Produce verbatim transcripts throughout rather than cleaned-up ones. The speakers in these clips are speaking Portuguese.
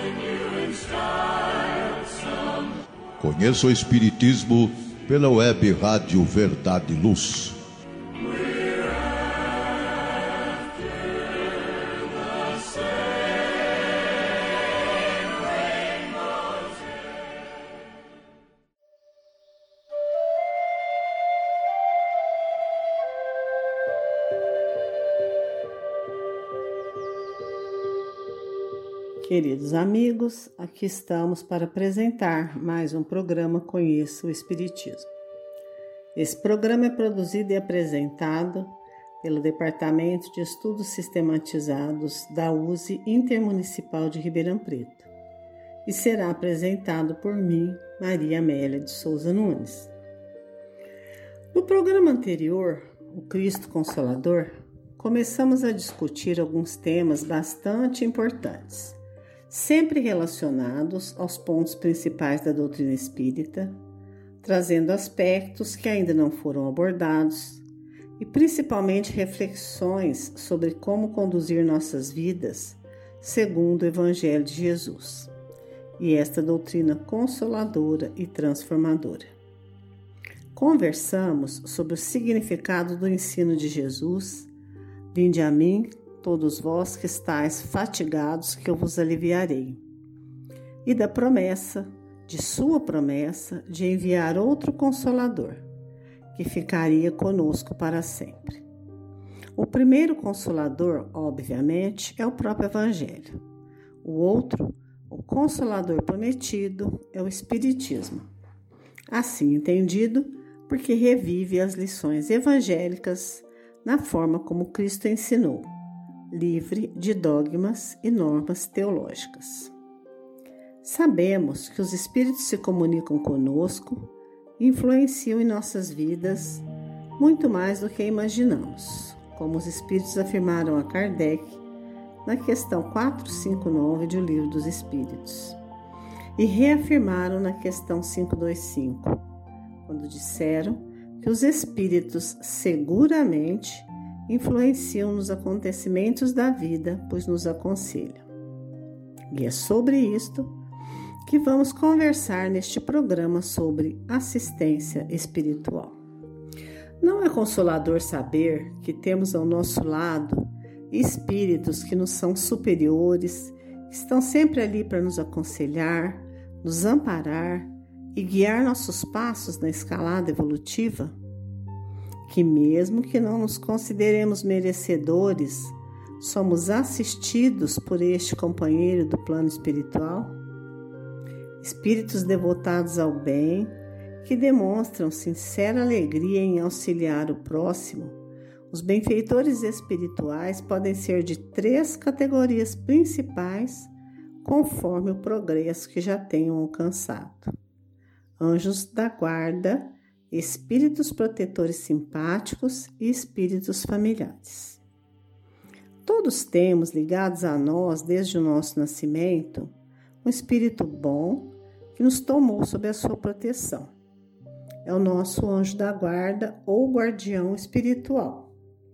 Conheça o Espiritismo pela web Rádio Verdade e Luz. Queridos amigos, aqui estamos para apresentar mais um programa Conheça o Espiritismo. Esse programa é produzido e apresentado pelo Departamento de Estudos Sistematizados da U S E Intermunicipal de Ribeirão Preto e será apresentado por mim, Maria Amélia de Souza Nunes. No programa anterior, o Cristo Consolador, começamos a discutir alguns temas bastante importantes, sempre relacionados aos pontos principais da doutrina espírita, trazendo aspectos que ainda não foram abordados e principalmente reflexões sobre como conduzir nossas vidas segundo o Evangelho de Jesus e esta doutrina consoladora e transformadora. Conversamos sobre o significado do ensino de Jesus: vinde a mim, todos vós que estáis fatigados, que eu vos aliviarei. E da promessa, de sua promessa, de enviar outro Consolador, que ficaria conosco para sempre. O primeiro Consolador, obviamente, é o próprio Evangelho. O outro, o Consolador prometido, é o Espiritismo. Assim entendido, porque revive as lições evangélicas na forma como Cristo ensinou, livre de dogmas e normas teológicas. Sabemos que os Espíritos se comunicam conosco e influenciam em nossas vidas muito mais do que imaginamos, como os Espíritos afirmaram a Kardec na questão quatrocentos e cinquenta e nove de O Livro dos Espíritos, e reafirmaram na questão quinhentos e vinte e cinco, quando disseram que os Espíritos seguramente influenciam nos acontecimentos da vida, pois nos aconselham. E é sobre isto que vamos conversar neste programa sobre assistência espiritual. Não é consolador saber que temos ao nosso lado espíritos que nos são superiores, que estão sempre ali para nos aconselhar, nos amparar e guiar nossos passos na escalada evolutiva? Que mesmo que não nos consideremos merecedores, somos assistidos por este companheiro do plano espiritual? Espíritos devotados ao bem, que demonstram sincera alegria em auxiliar o próximo. Os benfeitores espirituais podem ser de três categorias principais, conforme o progresso que já tenham alcançado: anjos da guarda, espíritos protetores simpáticos e espíritos familiares. Todos temos ligados a nós, desde o nosso nascimento, um espírito bom que nos tomou sob a sua proteção. É o nosso anjo da guarda ou guardião espiritual.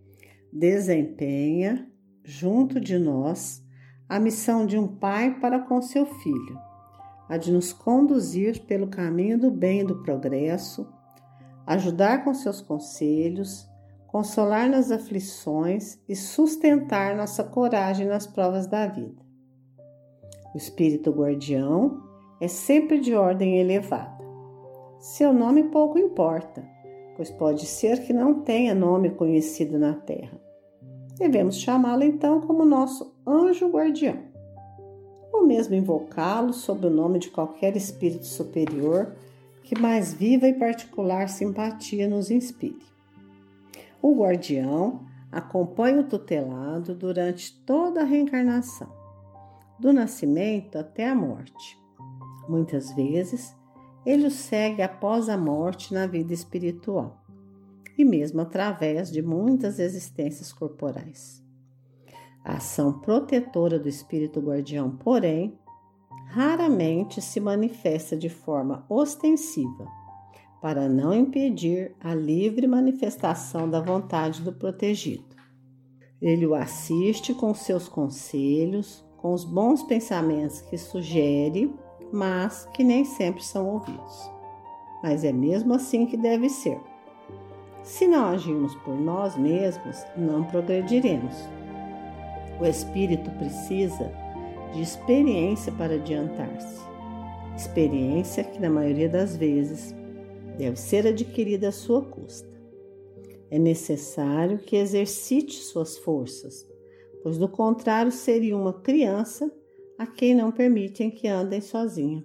Desempenha, junto de nós, a missão de um pai para com seu filho, a de nos conduzir pelo caminho do bem e do progresso, ajudar com seus conselhos, consolar nas aflições e sustentar nossa coragem nas provas da vida. O espírito guardião é sempre de ordem elevada. Seu nome pouco importa, pois pode ser que não tenha nome conhecido na terra. Devemos chamá-lo então como nosso anjo guardião, ou mesmo invocá-lo sob o nome de qualquer espírito superior que mais viva e particular simpatia nos inspire. O guardião acompanha o tutelado durante toda a reencarnação, do nascimento até a morte. Muitas vezes, ele o segue após a morte na vida espiritual, e mesmo através de muitas existências corporais. A ação protetora do espírito guardião, porém, raramente se manifesta de forma ostensiva, para não impedir a livre manifestação da vontade do protegido. Ele o assiste com seus conselhos, com os bons pensamentos que sugere, mas que nem sempre são ouvidos. Mas é mesmo assim que deve ser. Se não agirmos por nós mesmos, não progrediremos. O espírito precisa de experiência para adiantar-se. Experiência que, na maioria das vezes, deve ser adquirida à sua custa. É necessário que exercite suas forças, pois do contrário seria uma criança a quem não permitem que andem sozinha.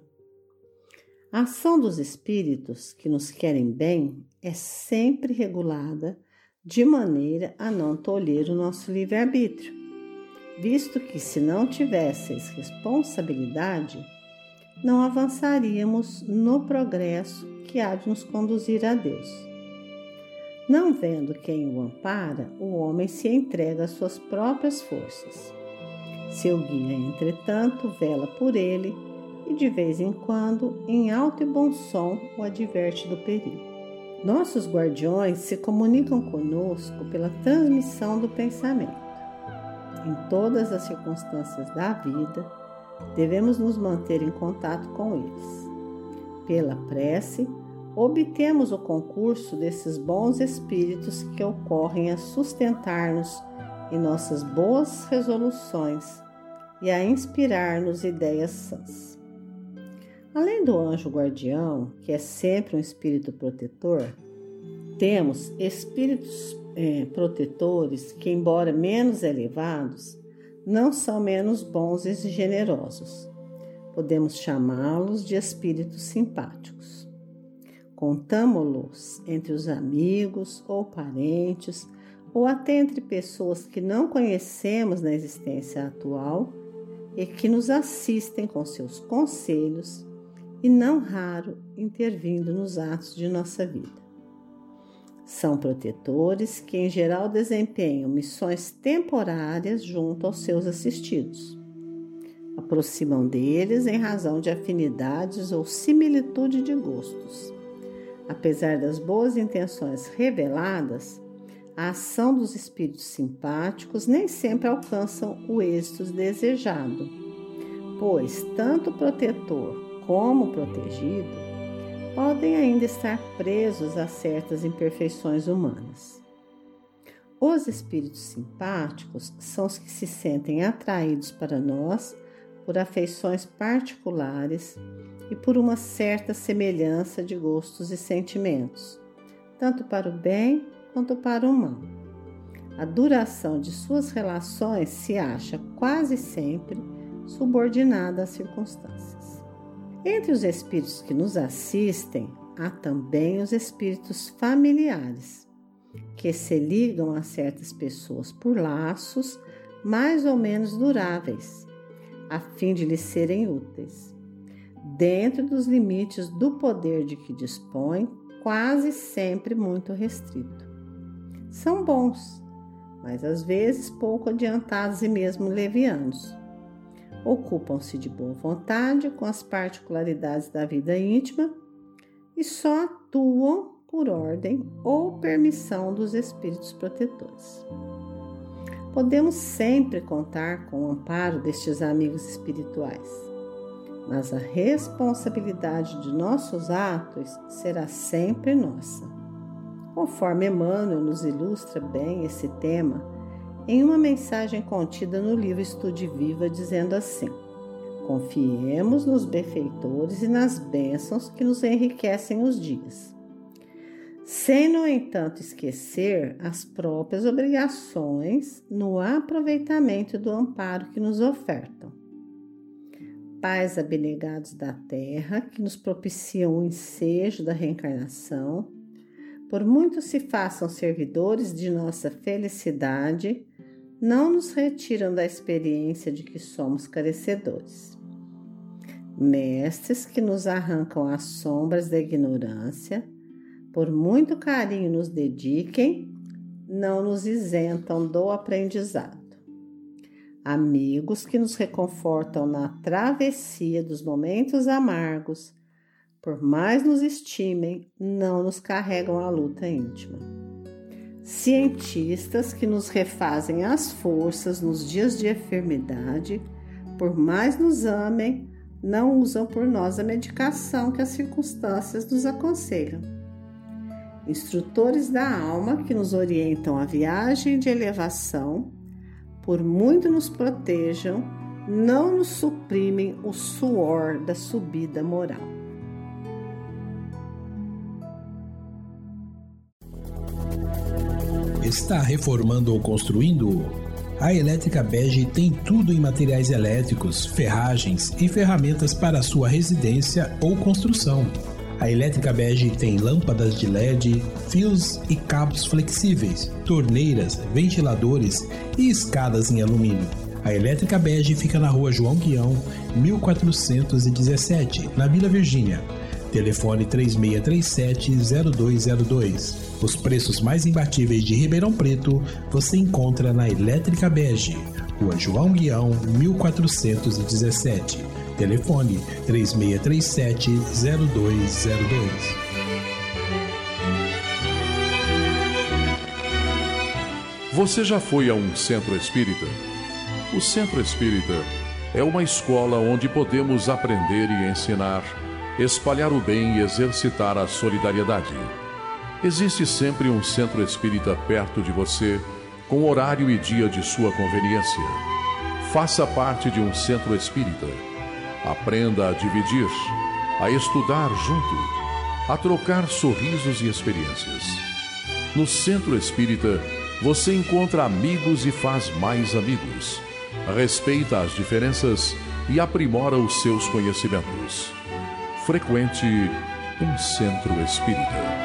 A ação dos espíritos que nos querem bem é sempre regulada de maneira a não tolher o nosso livre-arbítrio, visto que, se não tivesseis responsabilidade, não avançaríamos no progresso que há de nos conduzir a Deus. Não vendo quem o ampara, o homem se entrega às suas próprias forças. Seu guia, entretanto, vela por ele e, de vez em quando, em alto e bom som, o adverte do perigo. Nossos guardiões se comunicam conosco pela transmissão do pensamento. Em todas as circunstâncias da vida, devemos nos manter em contato com eles. Pela prece, obtemos o concurso desses bons espíritos que ocorrem a sustentar-nos em nossas boas resoluções e a inspirar-nos ideias sãs. Além do anjo guardião, que é sempre um espírito protetor, temos espíritos é, protetores que, embora menos elevados, não são menos bons e generosos. Podemos chamá-los de espíritos simpáticos. Contamo-los entre os amigos ou parentes, ou até entre pessoas que não conhecemos na existência atual e que nos assistem com seus conselhos e, não raro, intervindo nos atos de nossa vida. São protetores que, em geral, desempenham missões temporárias junto aos seus assistidos. Aproximam deles em razão de afinidades ou similitude de gostos. Apesar das boas intenções reveladas, a ação dos espíritos simpáticos nem sempre alcançam o êxito desejado, pois tanto o protetor como o protegido podem ainda estar presos a certas imperfeições humanas. Os espíritos simpáticos são os que se sentem atraídos para nós por afeições particulares e por uma certa semelhança de gostos e sentimentos, tanto para o bem quanto para o mal. A duração de suas relações se acha quase sempre subordinada às circunstâncias. Entre os espíritos que nos assistem, há também os espíritos familiares, que se ligam a certas pessoas por laços mais ou menos duráveis, a fim de lhes serem úteis, dentro dos limites do poder de que dispõem, quase sempre muito restrito. São bons, mas às vezes pouco adiantados e mesmo levianos. Ocupam-se de boa vontade com as particularidades da vida íntima e só atuam por ordem ou permissão dos espíritos protetores. Podemos sempre contar com o amparo destes amigos espirituais, mas a responsabilidade de nossos atos será sempre nossa. Conforme Emmanuel nos ilustra bem esse tema em uma mensagem contida no livro Estude Viva, dizendo assim: confiemos nos benfeitores e nas bênçãos que nos enriquecem os dias, sem, no entanto, esquecer as próprias obrigações no aproveitamento do amparo que nos ofertam. Pais abnegados da terra, que nos propiciam o ensejo da reencarnação, por muito se façam servidores de nossa felicidade, não nos retiram da experiência de que somos carecedores. Mestres que nos arrancam as sombras da ignorância, por muito carinho nos dediquem, não nos isentam do aprendizado. Amigos que nos reconfortam na travessia dos momentos amargos, por mais nos estimem, não nos carregam a luta íntima. Cientistas que nos refazem as forças nos dias de enfermidade, por mais nos amem, não usam por nós a medicação que as circunstâncias nos aconselham. Instrutores da alma que nos orientam à viagem de elevação, por muito nos protejam, não nos suprimem o suor da subida moral. Está reformando ou construindo? A Elétrica Bege tem tudo em materiais elétricos, ferragens e ferramentas para a sua residência ou construção. A Elétrica Bege tem lâmpadas de L E D, fios e cabos flexíveis, torneiras, ventiladores e escadas em alumínio. A Elétrica Bege fica na rua João Guião, mil quatrocentos e dezessete, na Vila Virgínia. Telefone três seis três sete, zero dois zero dois. Os preços mais imbatíveis de Ribeirão Preto você encontra na Elétrica Bege, Rua João Guião, mil quatrocentos e dezessete. Telefone três seis três sete, zero dois zero dois. Você já foi a um centro espírita? O Centro Espírita é uma escola onde podemos aprender e ensinar, espalhar o bem e exercitar a solidariedade. Existe sempre um centro espírita perto de você, com horário e dia de sua conveniência. Faça parte de um centro espírita. Aprenda a dividir, a estudar junto, a trocar sorrisos e experiências. No centro espírita, você encontra amigos e faz mais amigos. Respeita as diferenças e aprimora os seus conhecimentos. Frequente um centro espírita.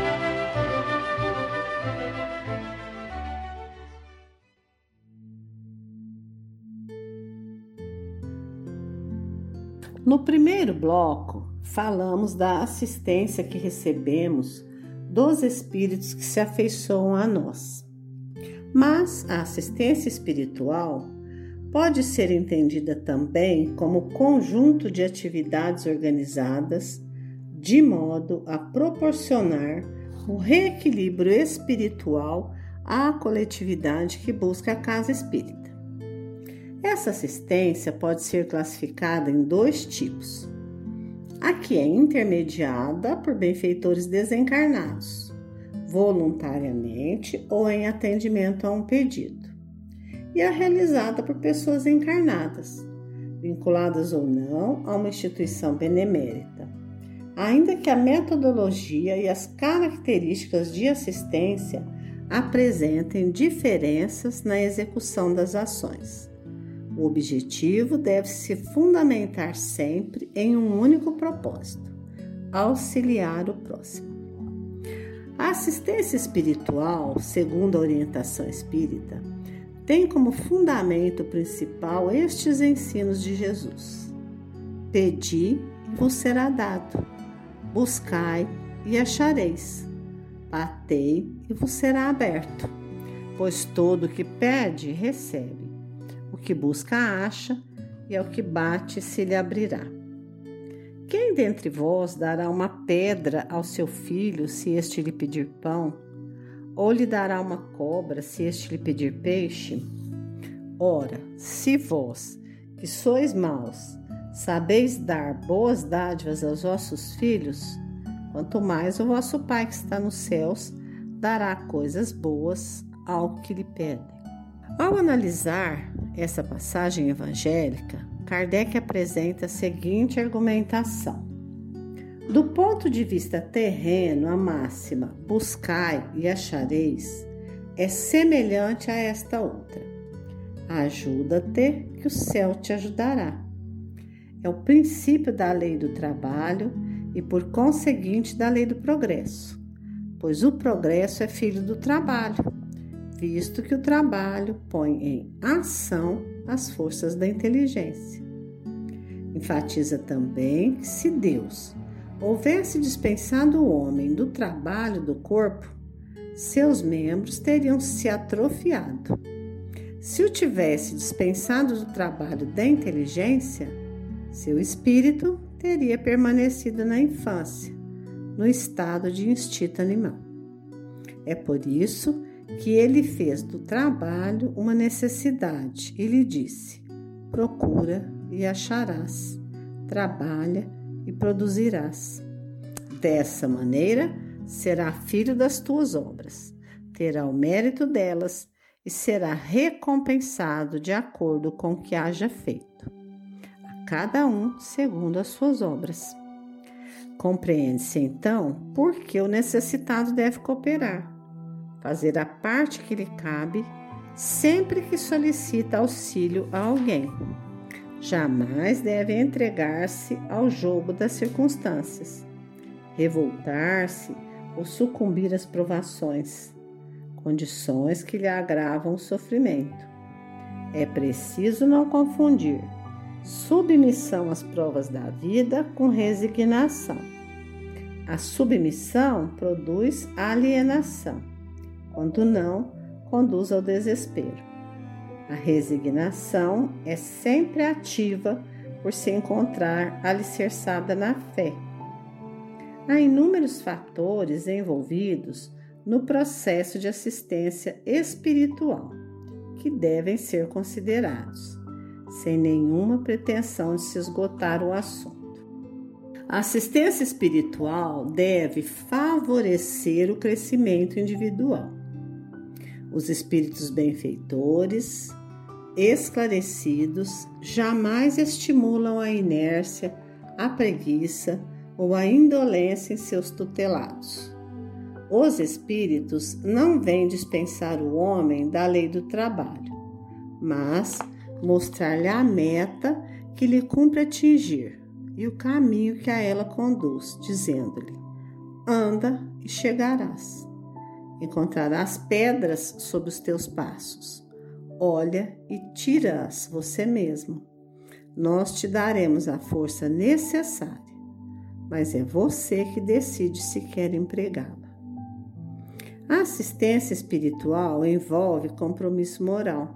No primeiro bloco, falamos da assistência que recebemos dos espíritos que se afeiçoam a nós. Mas a assistência espiritual pode ser entendida também como conjunto de atividades organizadas de modo a proporcionar o reequilíbrio espiritual à coletividade que busca a casa espírita. Essa assistência pode ser classificada em dois tipos. A que é intermediada por benfeitores desencarnados, voluntariamente ou em atendimento a um pedido, e a realizada por pessoas encarnadas, vinculadas ou não a uma instituição benemérita, ainda que a metodologia e as características de assistência apresentem diferenças na execução das ações. O objetivo deve se fundamentar sempre em um único propósito: auxiliar o próximo. A assistência espiritual, segundo a orientação espírita, tem como fundamento principal estes ensinos de Jesus: pedi e vos será dado, buscai e achareis, batei e vos será aberto, pois todo o que pede recebe, o que busca acha, e ao que bate se lhe abrirá. Quem dentre vós dará uma pedra ao seu filho se este lhe pedir pão? Ou lhe dará uma cobra se este lhe pedir peixe? Ora, se vós, que sois maus, sabeis dar boas dádivas aos vossos filhos, quanto mais o vosso Pai que está nos céus dará coisas boas ao que lhe pedem. Ao analisar essa passagem evangélica, Kardec apresenta a seguinte argumentação. Do ponto de vista terreno, a máxima buscai e achareis é semelhante a esta outra: ajuda-te que o céu te ajudará. É o princípio da lei do trabalho e, por conseguinte, da lei do progresso, pois o progresso é filho do trabalho, visto que o trabalho põe em ação as forças da inteligência. Enfatiza também que, se Deus houvesse dispensado o homem do trabalho do corpo, seus membros teriam se atrofiado. Se o tivesse dispensado do trabalho da inteligência, seu espírito teria permanecido na infância, no estado de instinto animal. É por isso que ele fez do trabalho uma necessidade e lhe disse: procura e acharás, trabalha e produzirás. Dessa maneira, será filho das tuas obras, terá o mérito delas e será recompensado de acordo com o que haja feito, a cada um segundo as suas obras. Compreende-se então por que o necessitado deve cooperar, fazer a parte que lhe cabe sempre que solicita auxílio a alguém. Jamais deve entregar-se ao jogo das circunstâncias, revoltar-se ou sucumbir às provações, condições que lhe agravam o sofrimento. É preciso não confundir submissão às provas da vida com resignação. A submissão produz alienação, quando não, conduz ao desespero. A resignação é sempre ativa por se encontrar alicerçada na fé. Há inúmeros fatores envolvidos no processo de assistência espiritual que devem ser considerados, sem nenhuma pretensão de se esgotar o assunto. A assistência espiritual deve favorecer o crescimento individual. Os espíritos benfeitores, esclarecidos, jamais estimulam a inércia, a preguiça ou a indolência em seus tutelados. Os espíritos não vêm dispensar o homem da lei do trabalho, mas mostrar-lhe a meta que lhe cumpre atingir e o caminho que a ela conduz, dizendo-lhe: anda e chegarás. Encontrarás pedras sob os teus passos. Olha e tira-as você mesmo. Nós te daremos a força necessária, mas é você que decide se quer empregá-la. A assistência espiritual envolve compromisso moral.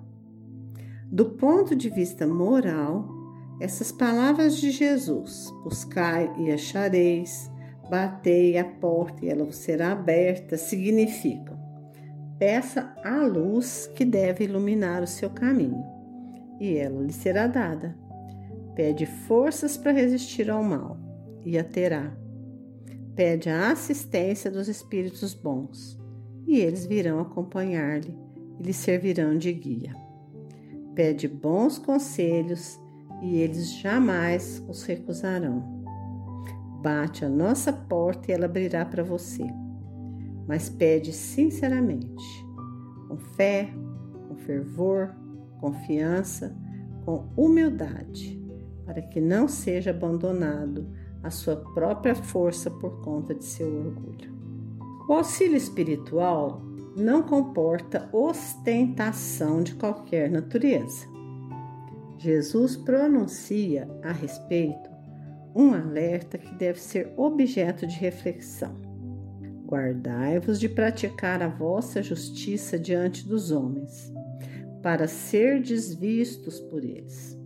Do ponto de vista moral, essas palavras de Jesus, buscai e achareis, batei a porta e ela vos será aberta, significam: peça a luz que deve iluminar o seu caminho, e ela lhe será dada. Pede forças para resistir ao mal, e a terá. Pede a assistência dos espíritos bons, e eles virão acompanhar-lhe e lhe servirão de guia. Pede bons conselhos, e eles jamais os recusarão. Bate a nossa porta e ela abrirá para você. Mas pede sinceramente, com fé, com fervor, confiança, com humildade, para que não seja abandonado à sua própria força por conta de seu orgulho. O auxílio espiritual não comporta ostentação de qualquer natureza. Jesus pronuncia a respeito um alerta que deve ser objeto de reflexão. Guardai-vos de praticar a vossa justiça diante dos homens, para serdes vistos por eles.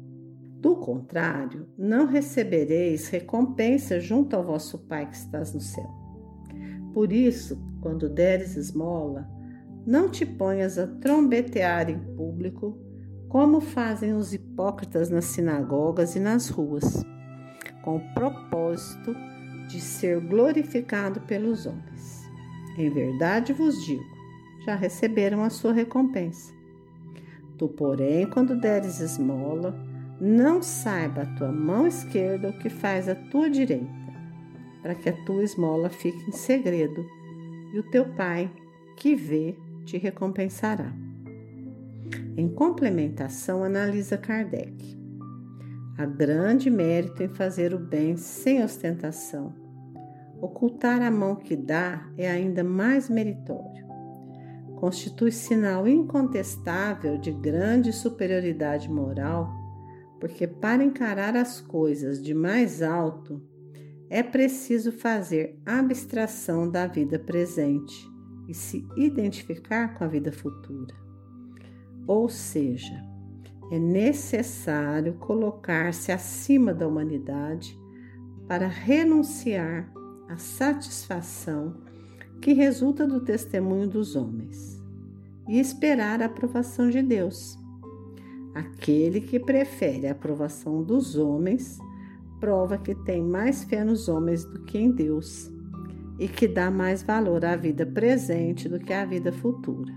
Do contrário, não recebereis recompensa junto ao vosso Pai que estás no céu. Por isso, quando deres esmola, não te ponhas a trombetear em público, como fazem os hipócritas nas sinagogas e nas ruas, com o propósito de ser glorificado pelos homens. Em verdade vos digo, já receberam a sua recompensa. Tu, porém, quando deres esmola, não saiba a tua mão esquerda o que faz a tua direita, para que a tua esmola fique em segredo, e o teu Pai, que vê, te recompensará. Em complementação, analisa Kardec: há grande mérito em fazer o bem sem ostentação. Ocultar a mão que dá é ainda mais meritório. Constitui sinal incontestável de grande superioridade moral, porque para encarar as coisas de mais alto, é preciso fazer abstração da vida presente e se identificar com a vida futura. Ou seja, é necessário colocar-se acima da humanidade para renunciar à satisfação que resulta do testemunho dos homens e esperar a aprovação de Deus. Aquele que prefere a aprovação dos homens prova que tem mais fé nos homens do que em Deus e que dá mais valor à vida presente do que à vida futura.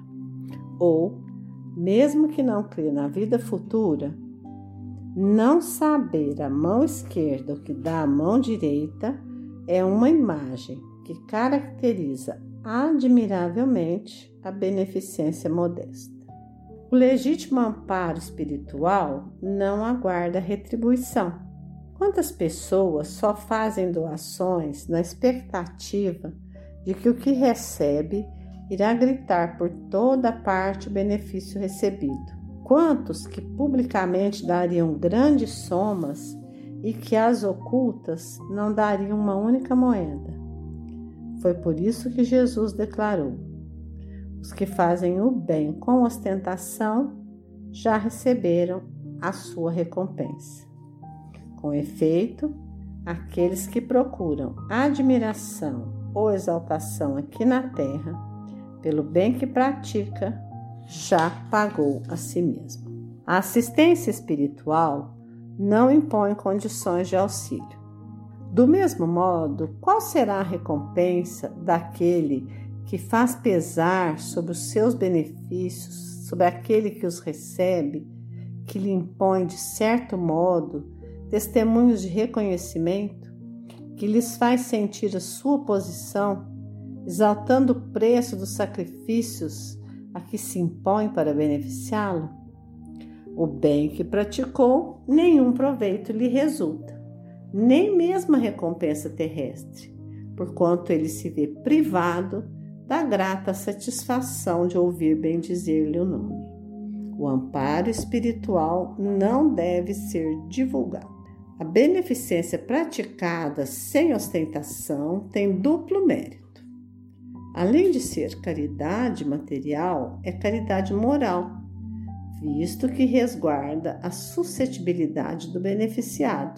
Ou, mesmo que não crê na vida futura, não saber a mão esquerda o que dá a mão direita é uma imagem que caracteriza admiravelmente a beneficência modesta. O legítimo amparo espiritual não aguarda retribuição. Quantas pessoas só fazem doações na expectativa de que o que recebe irá gritar por toda parte o benefício recebido? Quantos que publicamente dariam grandes somas e que às ocultas não dariam uma única moeda? Foi por isso que Jesus declarou: os que fazem o bem com ostentação já receberam a sua recompensa. Com efeito, aqueles que procuram admiração ou exaltação aqui na terra, pelo bem que pratica, já pagou a si mesmo. A assistência espiritual não impõe condições de auxílio. Do mesmo modo, qual será a recompensa daquele que faz pesar sobre os seus benefícios, sobre aquele que os recebe, que lhe impõe, de certo modo, testemunhos de reconhecimento, que lhes faz sentir a sua posição, exaltando o preço dos sacrifícios a que se impõe para beneficiá-lo? O bem que praticou, nenhum proveito lhe resulta, nem mesmo a recompensa terrestre, porquanto ele se vê privado da grata satisfação de ouvir bendizer-lhe o nome. O amparo espiritual não deve ser divulgado. A beneficência praticada sem ostentação tem duplo mérito. Além de ser caridade material, é caridade moral, visto que resguarda a suscetibilidade do beneficiado,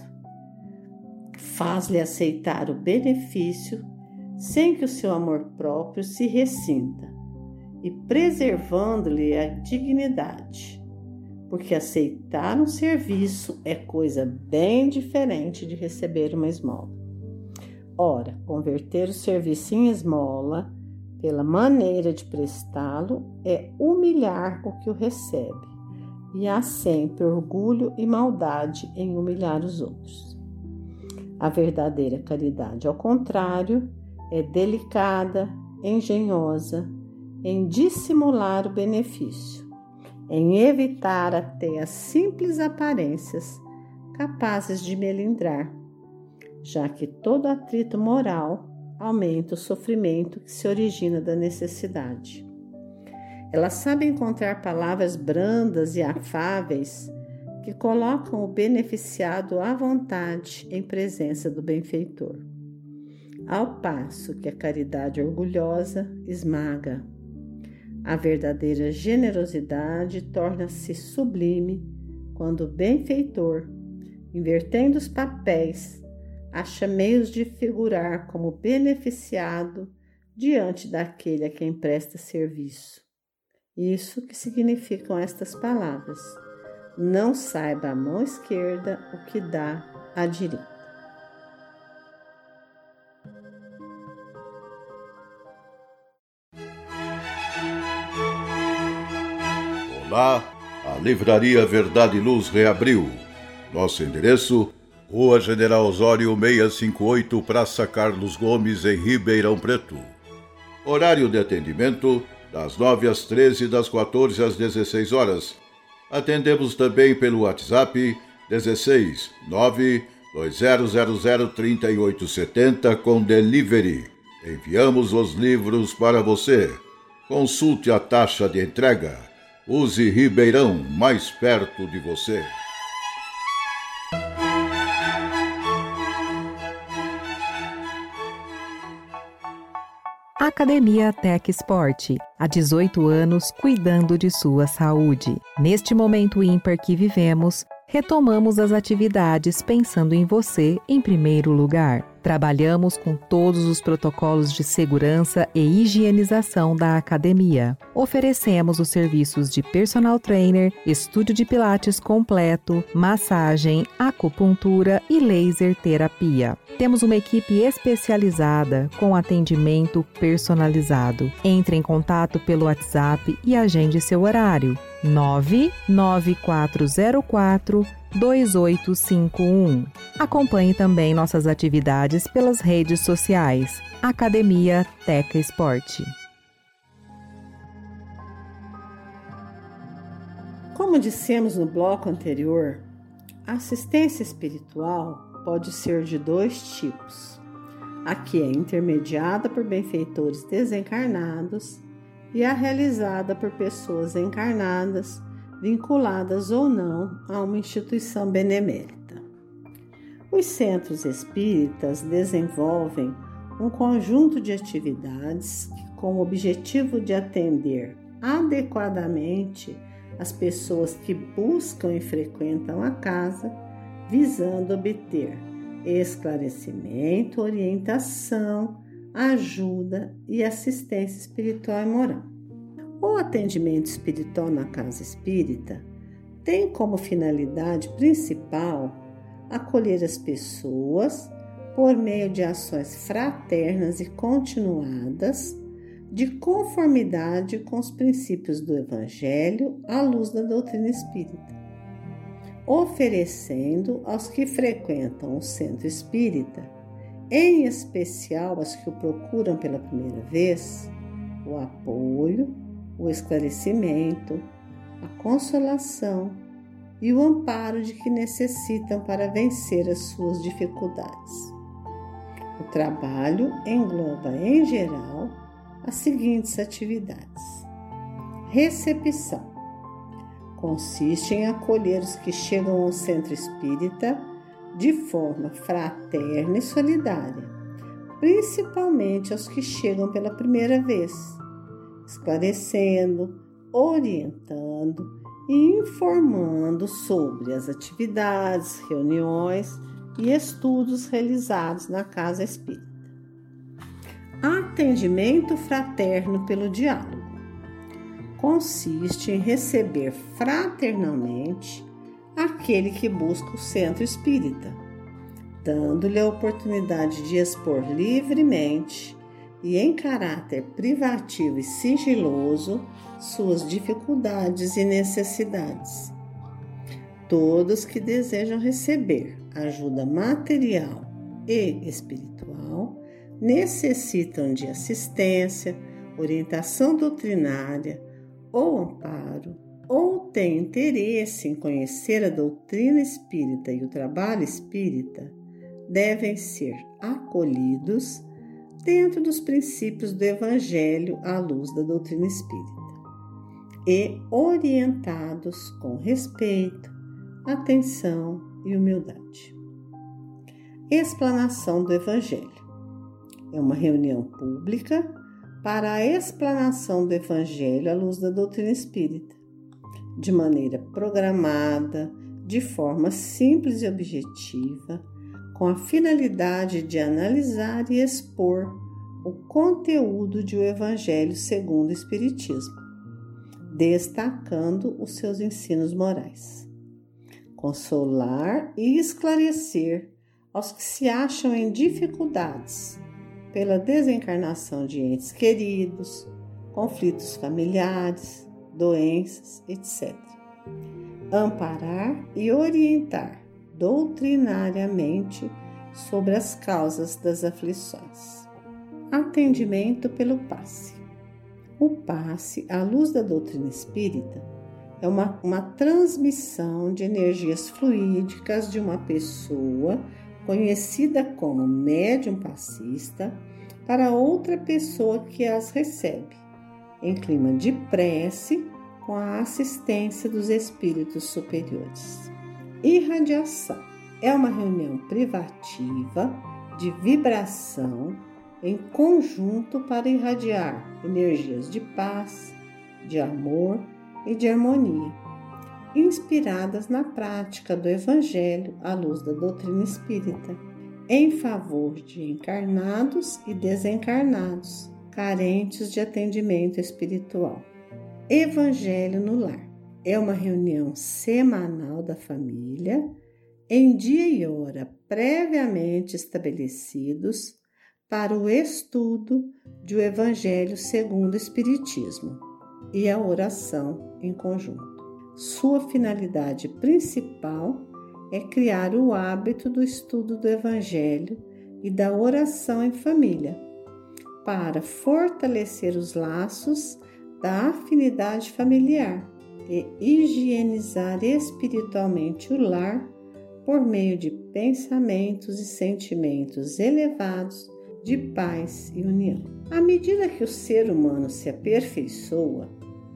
faz-lhe aceitar o benefício sem que o seu amor próprio se ressinta e preservando-lhe a dignidade, porque aceitar um serviço é coisa bem diferente de receber uma esmola. Ora, converter o serviço em esmola, pela maneira de prestá-lo, é humilhar o que o recebe, e há sempre orgulho e maldade em humilhar os outros. A verdadeira caridade, ao contrário, é delicada, engenhosa, em dissimular o benefício, em evitar até as simples aparências capazes de melindrar, já que todo atrito moral aumenta o sofrimento que se origina da necessidade. Ela sabe encontrar palavras brandas e afáveis que colocam o beneficiado à vontade em presença do benfeitor, ao passo que a caridade orgulhosa esmaga. A verdadeira generosidade torna-se sublime quando o benfeitor, invertendo os papéis, acha meios de figurar como beneficiado diante daquele a quem presta serviço. Isso que significam estas palavras: não saiba a mão esquerda o que dá a direita. Olá, a Livraria Verdade e Luz reabriu. Nosso endereço: Rua General Osório seiscentos e cinquenta e oito, Praça Carlos Gomes, em Ribeirão Preto. Horário de atendimento: das nove às treze, das quatorze às dezesseis horas. Atendemos também pelo WhatsApp dezesseis nove dois zero zero zero três oito sete zero com delivery. Enviamos os livros para você. Consulte a taxa de entrega. Use Ribeirão, mais perto de você. Academia Tech Sport, há dezoito anos cuidando de sua saúde. Neste momento ímpar que vivemos, retomamos as atividades pensando em você em primeiro lugar. Trabalhamos com todos os protocolos de segurança e higienização da academia. Oferecemos os serviços de personal trainer, estúdio de pilates completo, massagem, acupuntura e laser terapia. Temos uma equipe especializada com atendimento personalizado. Entre em contato pelo WhatsApp e agende seu horário. nove nove quatro zero quatro dois oito cinco um. Acompanhe também nossas atividades pelas redes sociais. Academia Teca Esporte. Como dissemos no bloco anterior, a assistência espiritual pode ser de dois tipos. A que é intermediada por benfeitores desencarnados e a realizada por pessoas encarnadas, vinculadas ou não a uma instituição benemérita. Os centros espíritas desenvolvem um conjunto de atividades que, com o objetivo de atender adequadamente as pessoas que buscam e frequentam a casa, visando obter esclarecimento, orientação, ajuda e assistência espiritual e moral. O atendimento espiritual na casa espírita tem como finalidade principal acolher as pessoas por meio de ações fraternas e continuadas, de conformidade com os princípios do Evangelho à luz da doutrina espírita, oferecendo aos que frequentam o centro espírita, em especial aos que o procuram pela primeira vez, o apoio, o esclarecimento, a consolação e o amparo de que necessitam para vencer as suas dificuldades. O trabalho engloba, em geral, as seguintes atividades. Recepção. Consiste em acolher os que chegam ao centro espírita de forma fraterna e solidária, principalmente aos que chegam pela primeira vez, esclarecendo, orientando e informando sobre as atividades, reuniões e estudos realizados na casa espírita. Atendimento fraterno pelo diálogo. Consiste em receber fraternalmente aquele que busca o centro espírita, dando-lhe a oportunidade de expor livremente e em caráter privativo e sigiloso suas dificuldades e necessidades. Todos que desejam receber ajuda material e espiritual necessitam de assistência, orientação doutrinária ou amparo, ou têm interesse em conhecer a doutrina espírita e o trabalho espírita, devem ser acolhidos dentro dos princípios do Evangelho à luz da doutrina espírita e orientados com respeito, atenção e humildade. Explanação do Evangelho. É uma reunião pública para a explanação do Evangelho à luz da doutrina espírita, de maneira programada, de forma simples e objetiva, com a finalidade de analisar e expor o conteúdo de o Evangelho segundo o Espiritismo, destacando os seus ensinos morais. Consolar e esclarecer aos que se acham em dificuldades pela desencarnação de entes queridos, conflitos familiares, doenças, etcétera. Amparar e orientar doutrinariamente sobre as causas das aflições. Atendimento pelo passe. O passe, à luz da doutrina espírita, é uma, uma transmissão de energias fluídicas de uma pessoa conhecida como médium passista para outra pessoa que as recebe, em clima de prece, com a assistência dos espíritos superiores. Irradiação é uma reunião privativa de vibração em conjunto para irradiar energias de paz, de amor e de harmonia, inspiradas na prática do Evangelho à luz da doutrina espírita, em favor de encarnados e desencarnados, carentes de atendimento espiritual. Evangelho no Lar é uma reunião semanal da família, em dia e hora previamente estabelecidos, para o estudo do Evangelho segundo o Espiritismo e a oração em conjunto. Sua finalidade principal é criar o hábito do estudo do Evangelho e da oração em família, para fortalecer os laços da afinidade familiar e higienizar espiritualmente o lar por meio de pensamentos e sentimentos elevados de paz e união. À medida que o ser humano se aperfeiçoa,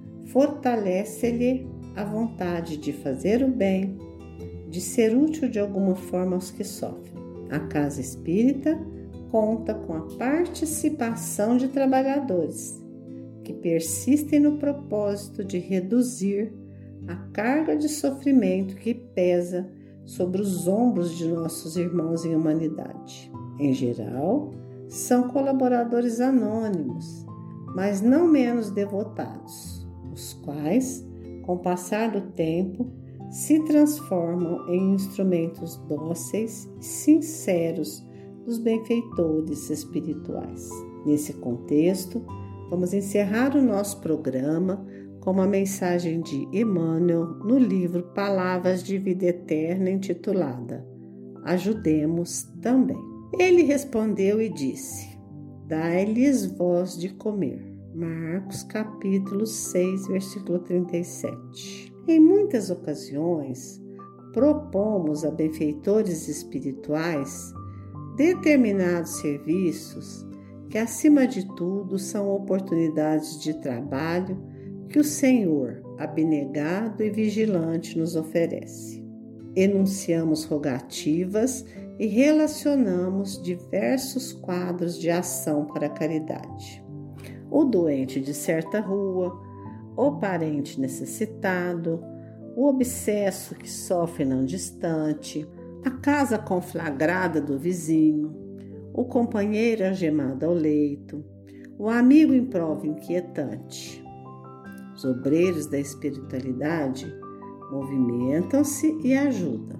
fortalece-lhe a vontade de fazer o bem, de ser útil de alguma forma aos que sofrem. A Casa Espírita conta com a participação de trabalhadores que persistem no propósito de reduzir a carga de sofrimento que pesa sobre os ombros de nossos irmãos em humanidade. Em geral, são colaboradores anônimos, mas não menos devotados, os quais, com o passar do tempo, se transformam em instrumentos dóceis e sinceros dos benfeitores espirituais. Nesse contexto, vamos encerrar o nosso programa com uma mensagem de Emmanuel no livro Palavras de Vida Eterna, intitulada Ajudemos também. Ele respondeu e disse: Dai-lhes voz de comer. Marcos capítulo seis, versículo trinta e sete. Em muitas ocasiões, propomos a benfeitores espirituais determinados serviços que, acima de tudo, são oportunidades de trabalho que o Senhor, abnegado e vigilante, nos oferece. Enunciamos rogativas e relacionamos diversos quadros de ação para a caridade. O doente de certa rua, o parente necessitado, o obsesso que sofre não distante, a casa conflagrada do vizinho, o companheiro algemado ao leito, o amigo em prova inquietante. Os obreiros da espiritualidade movimentam-se e ajudam,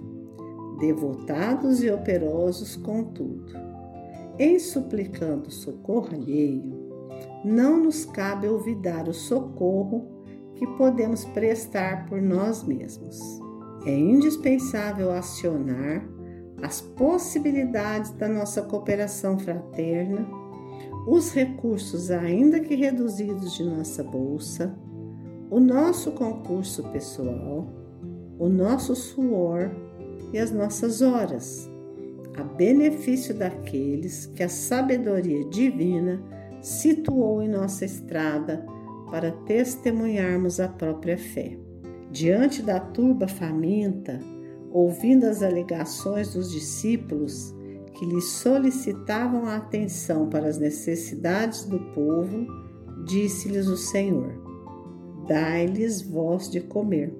devotados e operosos contudo. Em suplicando socorro alheio, não nos cabe olvidar o socorro que podemos prestar por nós mesmos. É indispensável acionar as possibilidades da nossa cooperação fraterna, os recursos ainda que reduzidos de nossa bolsa, o nosso concurso pessoal, o nosso suor e as nossas horas, a benefício daqueles que a sabedoria divina situou em nossa estrada para testemunharmos a própria fé. Diante da turba faminta, ouvindo as alegações dos discípulos que lhes solicitavam a atenção para as necessidades do povo, disse-lhes o Senhor: Dai-lhes voz de comer.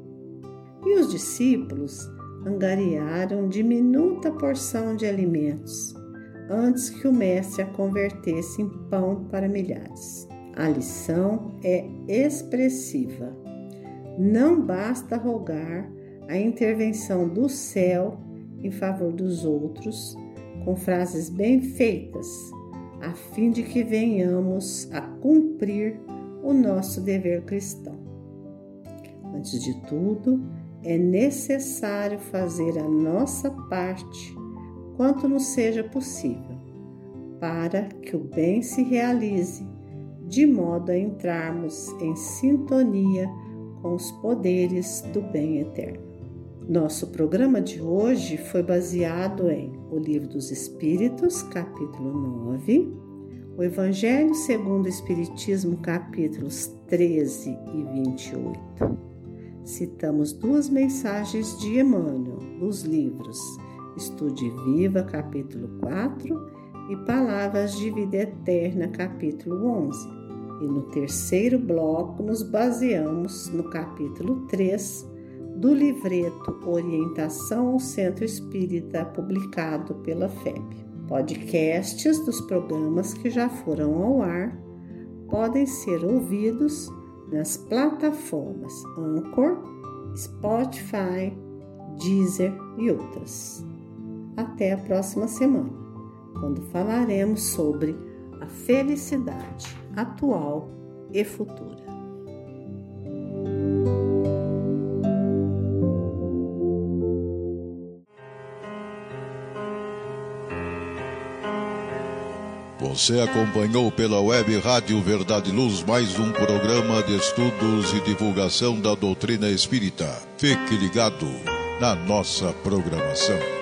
E os discípulos angariaram diminuta porção de alimentos, antes que o mestre a convertesse em pão para milhares. A lição é expressiva. Não basta rogar a intervenção do céu em favor dos outros com frases bem feitas, a fim de que venhamos a cumprir o nosso dever cristão. Antes de tudo, é necessário fazer a nossa parte quanto nos seja possível, para que o bem se realize, de modo a entrarmos em sintonia com os poderes do bem eterno. Nosso programa de hoje foi baseado em O Livro dos Espíritos, capítulo nove, o Evangelho segundo o Espiritismo, capítulos treze e vinte e oito. Citamos duas mensagens de Emmanuel dos livros Estude Viva, capítulo quatro, e Palavras de Vida Eterna, capítulo onze. E no terceiro bloco nos baseamos no capítulo três do livreto Orientação ao Centro Espírita, publicado pela F E B. Podcasts dos programas que já foram ao ar podem ser ouvidos nas plataformas Anchor, Spotify, Deezer e outras. Até a próxima semana, quando falaremos sobre a felicidade atual e futura. Você acompanhou pela web Rádio Verdade e Luz mais um programa de estudos e divulgação da doutrina espírita. Fique ligado na nossa programação.